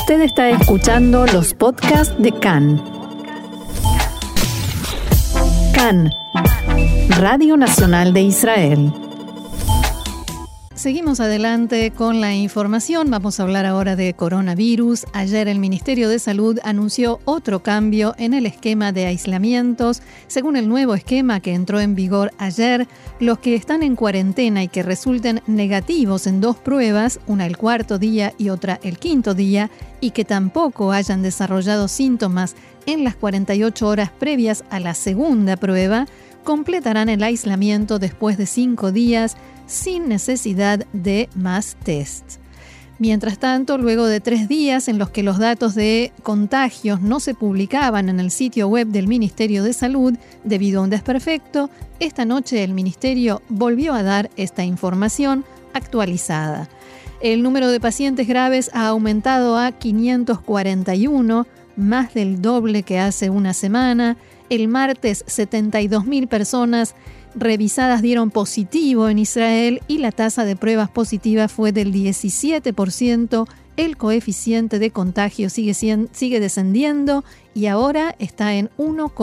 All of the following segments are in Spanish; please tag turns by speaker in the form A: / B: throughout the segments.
A: Usted está escuchando los podcasts de CAN. CAN, Radio Nacional de Israel. Seguimos adelante con la información. Vamos a hablar ahora de coronavirus. Ayer el Ministerio de Salud anunció otro cambio en el esquema de aislamientos. Según el nuevo esquema que entró en vigor ayer, los que están en cuarentena y que resulten negativos en 2 pruebas, una el 4º día y otra el 5º día, y que tampoco hayan desarrollado síntomas en las 48 horas previas a la segunda prueba, completarán el aislamiento después de 5 días sin necesidad de más test. Mientras tanto, luego de 3 días en los que los datos de contagios no se publicaban en el sitio web del Ministerio de Salud debido a un desperfecto, esta noche el Ministerio volvió a dar esta información actualizada. El número de pacientes graves ha aumentado a 541, más del doble que hace una semana. El martes, 72.000 personas revisadas dieron positivo en Israel y la tasa de pruebas positivas fue del 17%. El coeficiente de contagio sigue descendiendo y ahora está en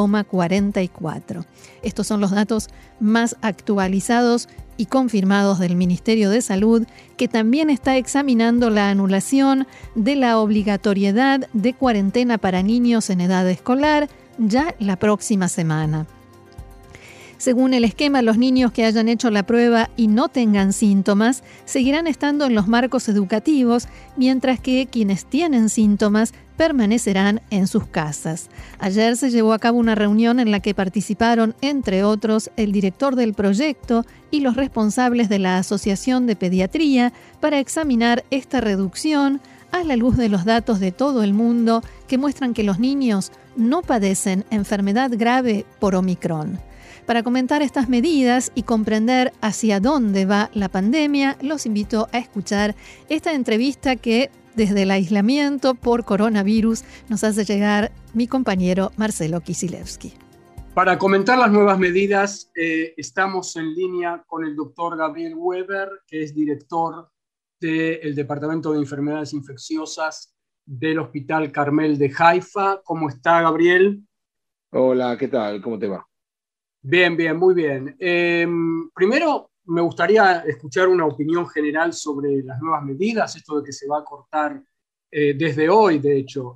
A: 1,44. Estos son los datos más actualizados y confirmados del Ministerio de Salud, que también está examinando la anulación de la obligatoriedad de cuarentena para niños en edad escolar ya la próxima semana. Según el esquema, los niños que hayan hecho la prueba y no tengan síntomas seguirán estando en los marcos educativos, mientras que quienes tienen síntomas permanecerán en sus casas. Ayer se llevó a cabo una reunión en la que participaron, entre otros, el director del proyecto y los responsables de la Asociación de Pediatría para examinar esta reducción a la luz de los datos de todo el mundo que muestran que los niños no padecen enfermedad grave por Omicron. Para comentar estas medidas y comprender hacia dónde va la pandemia, los invito a escuchar esta entrevista que desde el aislamiento por coronavirus nos hace llegar mi compañero Marcelo Kisilevsky.
B: Para comentar las nuevas medidas, estamos en línea con el doctor Gabriel Weber, que es director del Departamento de Enfermedades Infecciosas del Hospital Carmel de Haifa. ¿Cómo está, Gabriel?
C: Hola, ¿qué tal? ¿Cómo te va?
B: Bien, muy bien. Primero, me gustaría escuchar una opinión general sobre las nuevas medidas, esto de que se va a cortar desde hoy, de hecho,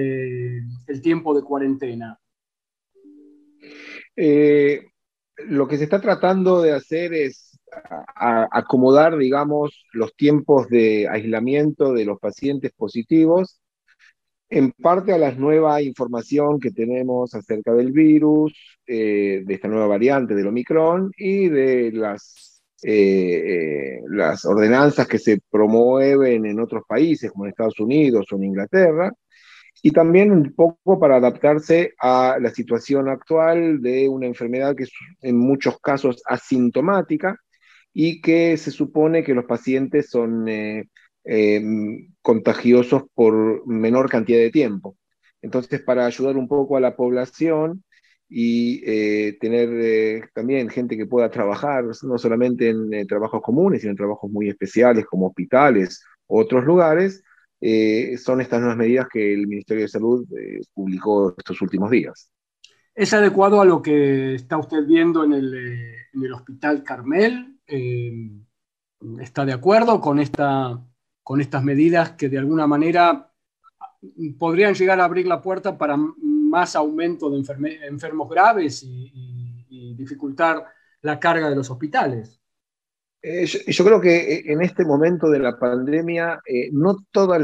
B: el tiempo de cuarentena.
C: Lo que se está tratando de hacer es acomodar, digamos, los tiempos de aislamiento de los pacientes positivos en parte a la nueva información que tenemos acerca del virus, de esta nueva variante del Omicron y de las ordenanzas que se promueven en otros países, como en Estados Unidos o en Inglaterra, y también un poco para adaptarse a la situación actual de una enfermedad que es en muchos casos asintomática y que se supone que los pacientes son contagiosos por menor cantidad de tiempo. Entonces, para ayudar un poco a la población y tener también gente que pueda trabajar, no solamente en trabajos comunes, sino en trabajos muy especiales como hospitales u otros lugares, son estas nuevas medidas que el Ministerio de Salud publicó estos últimos días.
B: ¿Es adecuado a lo que está usted viendo en el Hospital Carmel? ¿Está de acuerdo con estas medidas que de alguna manera podrían llegar a abrir la puerta para más aumento de enfermos graves y dificultar la carga de los hospitales?
C: Yo creo que en este momento de la pandemia no todas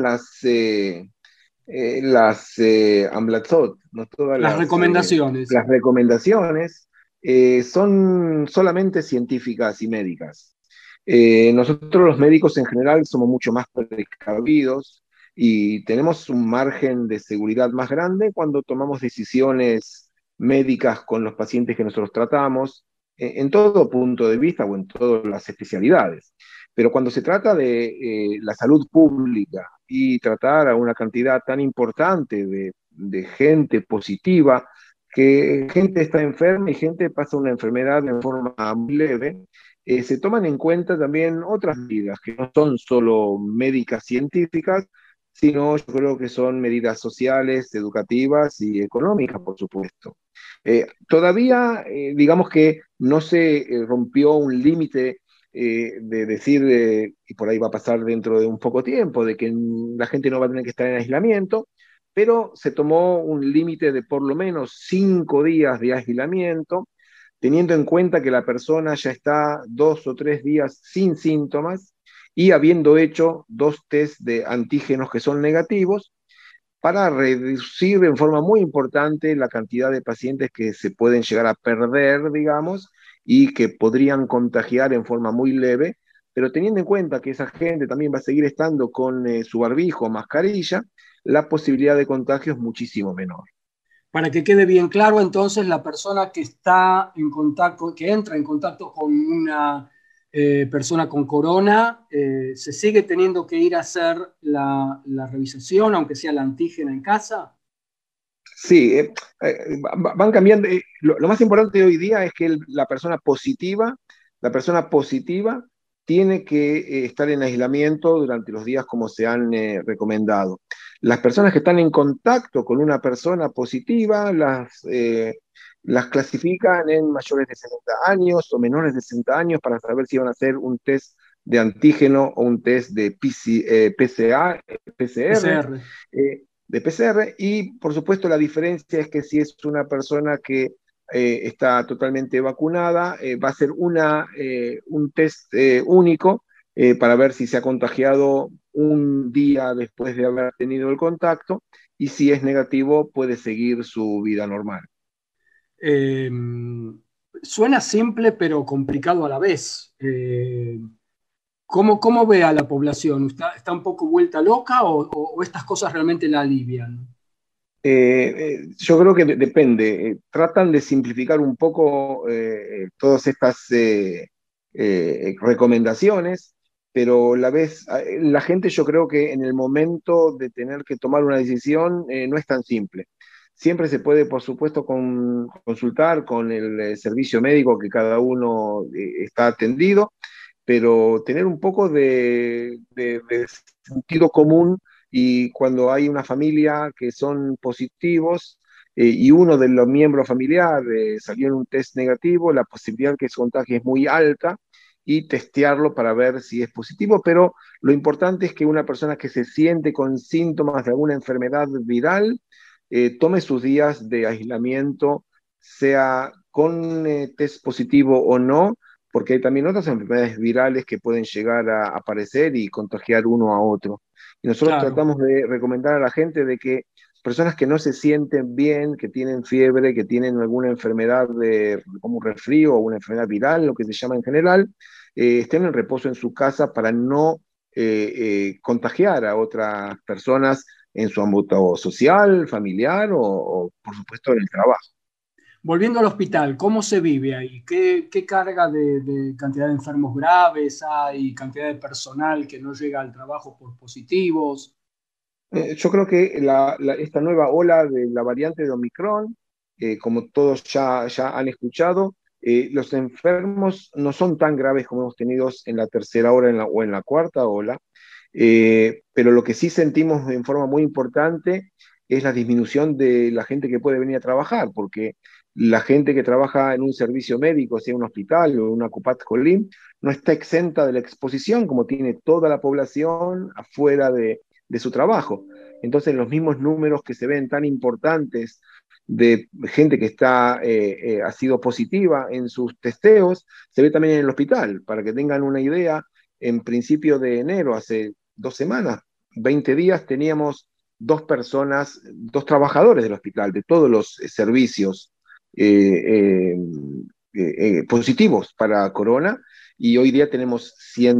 C: las amlatzot, no todas
B: las recomendaciones,
C: las recomendaciones son solamente científicas y médicas. Nosotros los médicos en general somos mucho más precavidos y tenemos un margen de seguridad más grande cuando tomamos decisiones médicas con los pacientes que nosotros tratamos, en todo punto de vista o en todas las especialidades. Pero cuando se trata de la salud pública y tratar a una cantidad tan importante de gente positiva, que gente está enferma y gente pasa una enfermedad de forma muy leve, se toman en cuenta también otras medidas que no son solo médicas científicas, sino yo creo que son medidas sociales, educativas y económicas, por supuesto. Todavía, digamos que no se rompió un límite de decir, y por ahí va a pasar dentro de un poco tiempo, de que la gente no va a tener que estar en aislamiento, pero se tomó un límite de por lo menos 5 días de aislamiento, teniendo en cuenta que la persona ya está 2 o 3 días sin síntomas y habiendo hecho 2 test de antígenos que son negativos, para reducir en forma muy importante la cantidad de pacientes que se pueden llegar a perder, digamos, y que podrían contagiar en forma muy leve, pero teniendo en cuenta que esa gente también va a seguir estando con su barbijo o mascarilla, la posibilidad de contagio es muchísimo menor.
B: Para que quede bien claro, entonces, la persona que está en contacto, que entra en contacto con una persona con corona, se sigue teniendo que ir a hacer la revisación, aunque sea la antígena en casa.
C: Sí, van cambiando. Lo más importante hoy día es que la persona positiva tiene que estar en aislamiento durante los días como se han recomendado. Las personas que están en contacto con una persona positiva las clasifican en mayores de 60 años o menores de 60 años para saber si van a hacer un test de antígeno o un test de PCR.
B: PCR.
C: De PCR, y por supuesto la diferencia es que si es una persona que está totalmente vacunada, va a ser un test único para ver si se ha contagiado un día después de haber tenido el contacto, y si es negativo puede seguir su vida normal.
B: Eh, Suena simple pero complicado a la vez. ¿Cómo ve a la población? ¿Está un poco vuelta loca o estas cosas realmente la alivian?
C: Yo creo que depende. Tratan de simplificar un poco todas estas recomendaciones, pero la gente, yo creo que en el momento de tener que tomar una decisión no es tan simple. Siempre se puede, por supuesto, consultar con el servicio médico que cada uno está atendido, pero tener un poco de sentido común, y cuando hay una familia que son positivos y uno de los miembros familiares salió en un test negativo, la posibilidad que se contagie es muy alta, y testearlo para ver si es positivo, pero lo importante es que una persona que se siente con síntomas de alguna enfermedad viral tome sus días de aislamiento, sea con test positivo o no, porque hay también otras enfermedades virales que pueden llegar a aparecer y contagiar uno a otro. Y nosotros
B: Claro.
C: tratamos de recomendar a la gente de que personas que no se sienten bien, que tienen fiebre, que tienen alguna enfermedad como un resfrío o una enfermedad viral, lo que se llama en general, estén en reposo en su casa para no contagiar a otras personas en su ámbito social, familiar o por supuesto en el trabajo.
B: Volviendo al hospital, ¿cómo se vive ahí? ¿Qué carga de cantidad de enfermos graves hay? ¿Cantidad de personal que no llega al trabajo por positivos?
C: Yo creo que esta nueva ola de la variante de Omicron, como todos ya han escuchado, los enfermos no son tan graves como hemos tenido en la tercera ola o en la cuarta ola, pero lo que sí sentimos en forma muy importante es la disminución de la gente que puede venir a trabajar, porque la gente que trabaja en un servicio médico, sea un hospital o una Cupat Colim, no está exenta de la exposición como tiene toda la población afuera de su trabajo. Entonces, los mismos números que se ven tan importantes de gente que ha sido positiva en sus testeos, se ve también en el hospital. Para que tengan una idea, en principio de enero, hace 2 semanas, 20 días, teníamos 2 personas, 2 trabajadores del hospital, de todos los servicios eh, positivos para corona, y hoy día tenemos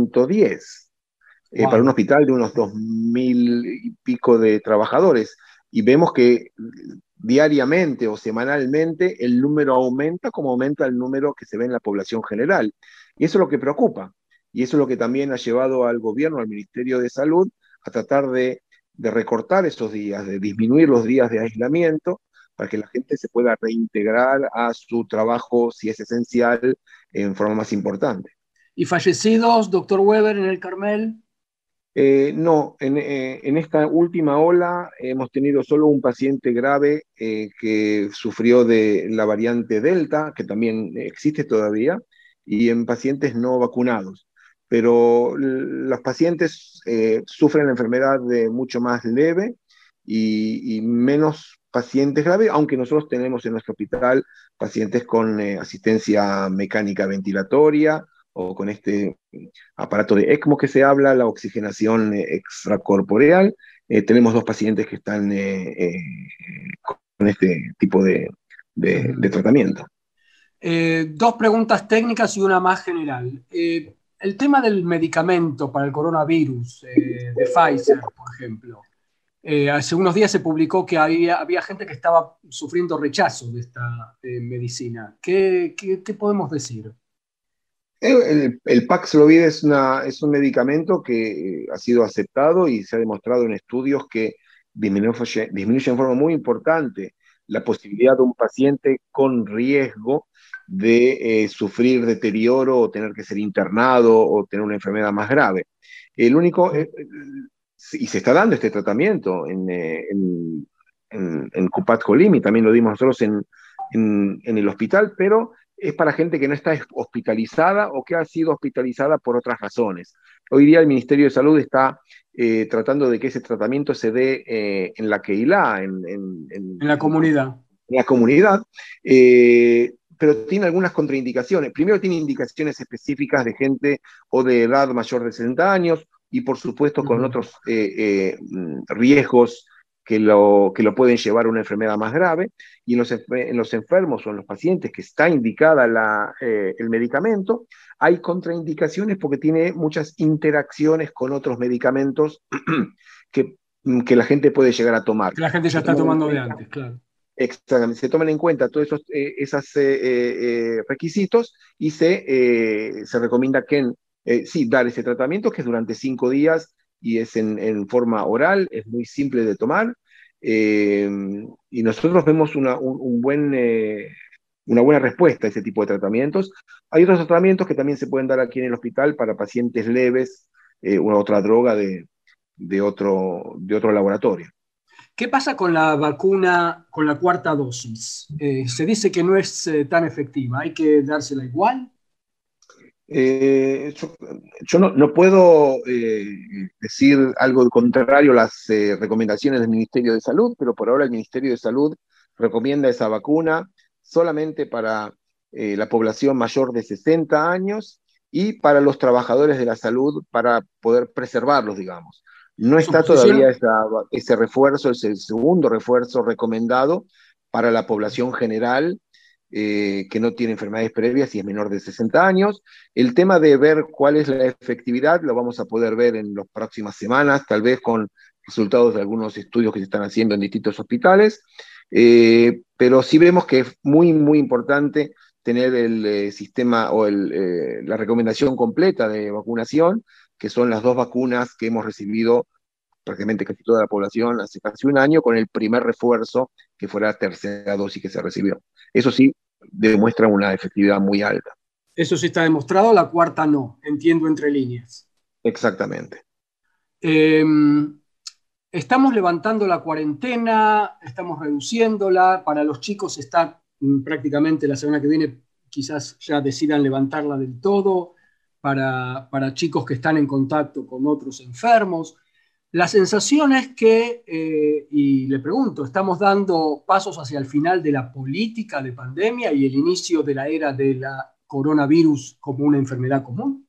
C: 110 para un
B: Wow.
C: hospital de unos 2.000 y pico de trabajadores. Y vemos que diariamente o semanalmente el número aumenta como aumenta el número que se ve en la población general. Y eso es lo que preocupa. Y eso es lo que también ha llevado al gobierno, al Ministerio de Salud, a tratar de recortar esos días, de disminuir los días de aislamiento, para que la gente se pueda reintegrar a su trabajo, si es esencial, en forma más importante.
B: ¿Y fallecidos, doctor Weber, en el Carmel?
C: No, en esta última ola hemos tenido solo un paciente grave que sufrió de la variante Delta, que también existe todavía, y en pacientes no vacunados. Pero los pacientes sufren la enfermedad de mucho más leve y menos pacientes graves, aunque nosotros tenemos en nuestro hospital pacientes con asistencia mecánica ventilatoria o con este aparato de ECMO que se habla, la oxigenación extracorporeal. Tenemos dos pacientes que están con este tipo de tratamiento.
B: Dos preguntas técnicas y una más general. El tema del medicamento para el coronavirus de Pfizer, por ejemplo. Hace unos días se publicó que había gente que estaba sufriendo rechazo de esta medicina. ¿Qué podemos decir?
C: El Paxlovid es un medicamento que ha sido aceptado y se ha demostrado en estudios que disminuye en forma muy importante la posibilidad de un paciente con riesgo de sufrir deterioro o tener que ser internado o tener una enfermedad más grave. El único, y se está dando este tratamiento en Kupat-Kolim, y también lo dimos nosotros en el hospital, pero es para gente que no está hospitalizada o que ha sido hospitalizada por otras razones. Hoy día el Ministerio de Salud está tratando de que ese tratamiento se dé en la Keilah,
B: en la comunidad.
C: En la comunidad, pero tiene algunas contraindicaciones. Primero, tiene indicaciones específicas de gente o de edad mayor de 60 años y, por supuesto, con otros riesgos que lo pueden llevar a una enfermedad más grave, y en los enfermos o en los pacientes que está indicada el medicamento, hay contraindicaciones porque tiene muchas interacciones con otros medicamentos que la gente puede llegar a tomar.
B: Que la gente ya está tomando de antes, claro.
C: Exactamente, se toman en cuenta todos esos requisitos y se recomienda que sí, dar ese tratamiento, que es durante 5 días y es en forma oral, es muy simple de tomar, y nosotros vemos una buena respuesta a ese tipo de tratamientos. Hay otros tratamientos que también se pueden dar aquí en el hospital para pacientes leves, una otra droga de otro laboratorio.
B: ¿Qué pasa con la vacuna con la cuarta dosis? Se dice que no es tan efectiva, ¿hay que dársela igual?
C: Yo no puedo decir algo contrario a las recomendaciones del Ministerio de Salud, pero por ahora el Ministerio de Salud recomienda esa vacuna solamente para la población mayor de 60 años y para los trabajadores de la salud, para poder preservarlos, digamos. No está todavía ese refuerzo, ese segundo refuerzo recomendado para la población general, que no tiene enfermedades previas y es menor de 60 años. El tema de ver cuál es la efectividad lo vamos a poder ver en las próximas semanas, tal vez con resultados de algunos estudios que se están haciendo en distintos hospitales, pero sí vemos que es muy, muy importante tener el sistema o la recomendación completa de vacunación, que son las 2 vacunas que hemos recibido prácticamente casi toda la población hace casi un año, con el primer refuerzo, que fue la tercera dosis que se recibió. Eso sí demuestra una efectividad muy alta.
B: Eso sí está demostrado, la cuarta no, entiendo entre líneas.
C: Exactamente.
B: Estamos levantando la cuarentena, estamos reduciéndola, para los chicos está prácticamente la semana que viene, quizás ya decidan levantarla del todo, para chicos que están en contacto con otros enfermos. La sensación es que, y le pregunto, ¿estamos dando pasos hacia el final de la política de pandemia y el inicio de la era de la coronavirus como una enfermedad común?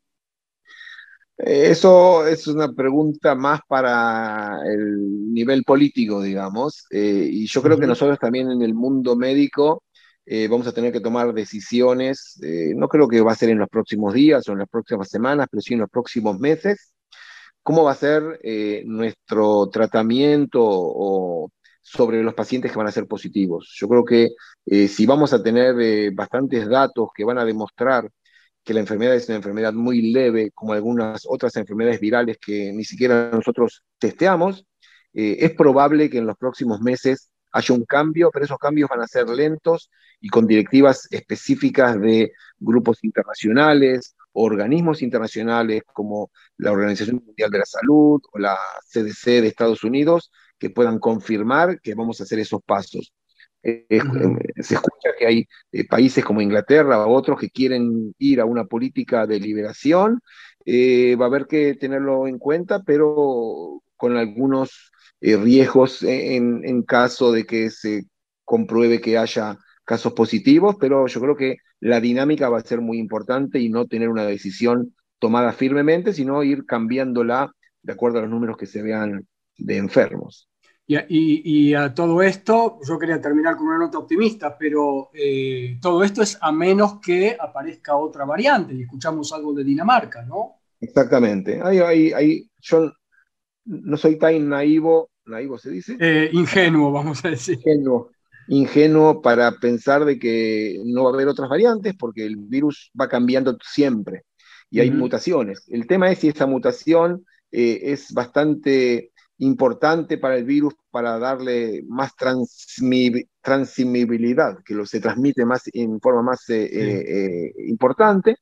C: Eso es una pregunta más para el nivel político, digamos, y yo creo que nosotros también en el mundo médico vamos a tener que tomar decisiones. No creo que va a ser en los próximos días o en las próximas semanas, pero sí en los próximos meses. ¿Cómo va a ser nuestro tratamiento sobre los pacientes que van a ser positivos? Yo creo que si vamos a tener bastantes datos que van a demostrar que la enfermedad es una enfermedad muy leve, como algunas otras enfermedades virales que ni siquiera nosotros testeamos, es probable que en los próximos meses haya un cambio, pero esos cambios van a ser lentos y con directivas específicas de grupos internacionales organismos internacionales como la Organización Mundial de la Salud o la CDC de Estados Unidos que puedan confirmar que vamos a hacer esos pasos. Se escucha que hay países como Inglaterra o otros que quieren ir a una política de liberación. Va a haber que tenerlo en cuenta, pero con algunos riesgos en caso de que se compruebe que haya casos positivos, pero yo creo que la dinámica va a ser muy importante y no tener una decisión tomada firmemente, sino ir cambiándola de acuerdo a los números que se vean de enfermos.
B: Y a todo esto, yo quería terminar con una nota optimista, pero todo esto es a menos que aparezca otra variante, y escuchamos algo de Dinamarca, ¿no?
C: Exactamente. Yo no soy tan naivo se dice.
B: Ingenuo, vamos a decir.
C: Ingenuo para pensar de que no va a haber otras variantes, porque el virus va cambiando siempre y hay mutaciones. El tema es si esa mutación es bastante importante para el virus para darle más transmisibilidad, que se transmite más en forma más importante,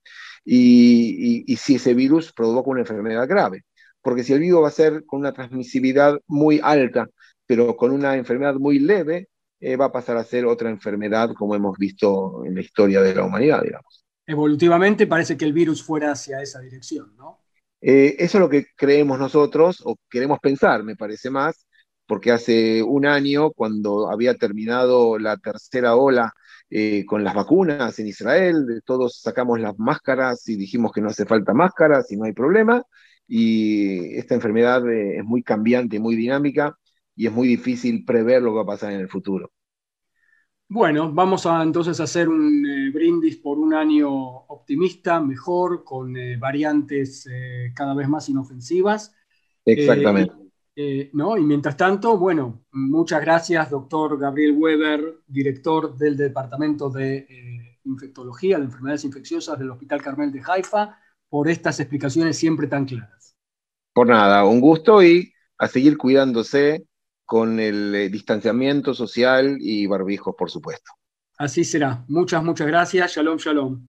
C: y si ese virus provoca una enfermedad grave. Porque si el virus va a ser con una transmisibilidad muy alta, pero con una enfermedad muy leve, va a pasar a ser otra enfermedad como hemos visto en la historia de la humanidad, digamos.
B: Evolutivamente parece que el virus fuera hacia esa dirección, ¿no?
C: Eso es lo que creemos nosotros, o queremos pensar, me parece más, porque hace un año, cuando había terminado la tercera ola con las vacunas en Israel, todos sacamos las máscaras y dijimos que no hace falta máscaras y no hay problema, y esta enfermedad es muy cambiante, muy dinámica, y es muy difícil prever lo que va a pasar en el futuro.
B: Bueno, vamos a entonces hacer un brindis por un año optimista, mejor, con variantes cada vez más inofensivas.
C: Exactamente.
B: ¿No? Y mientras tanto, bueno, muchas gracias, doctor Gabriel Weber, director del Departamento de Infectología de Enfermedades Infecciosas del Hospital Carmel de Haifa, por estas explicaciones siempre tan claras.
C: Por nada, un gusto y a seguir cuidándose con el distanciamiento social y barbijos, por supuesto.
B: Así será. Muchas gracias. Shalom, shalom.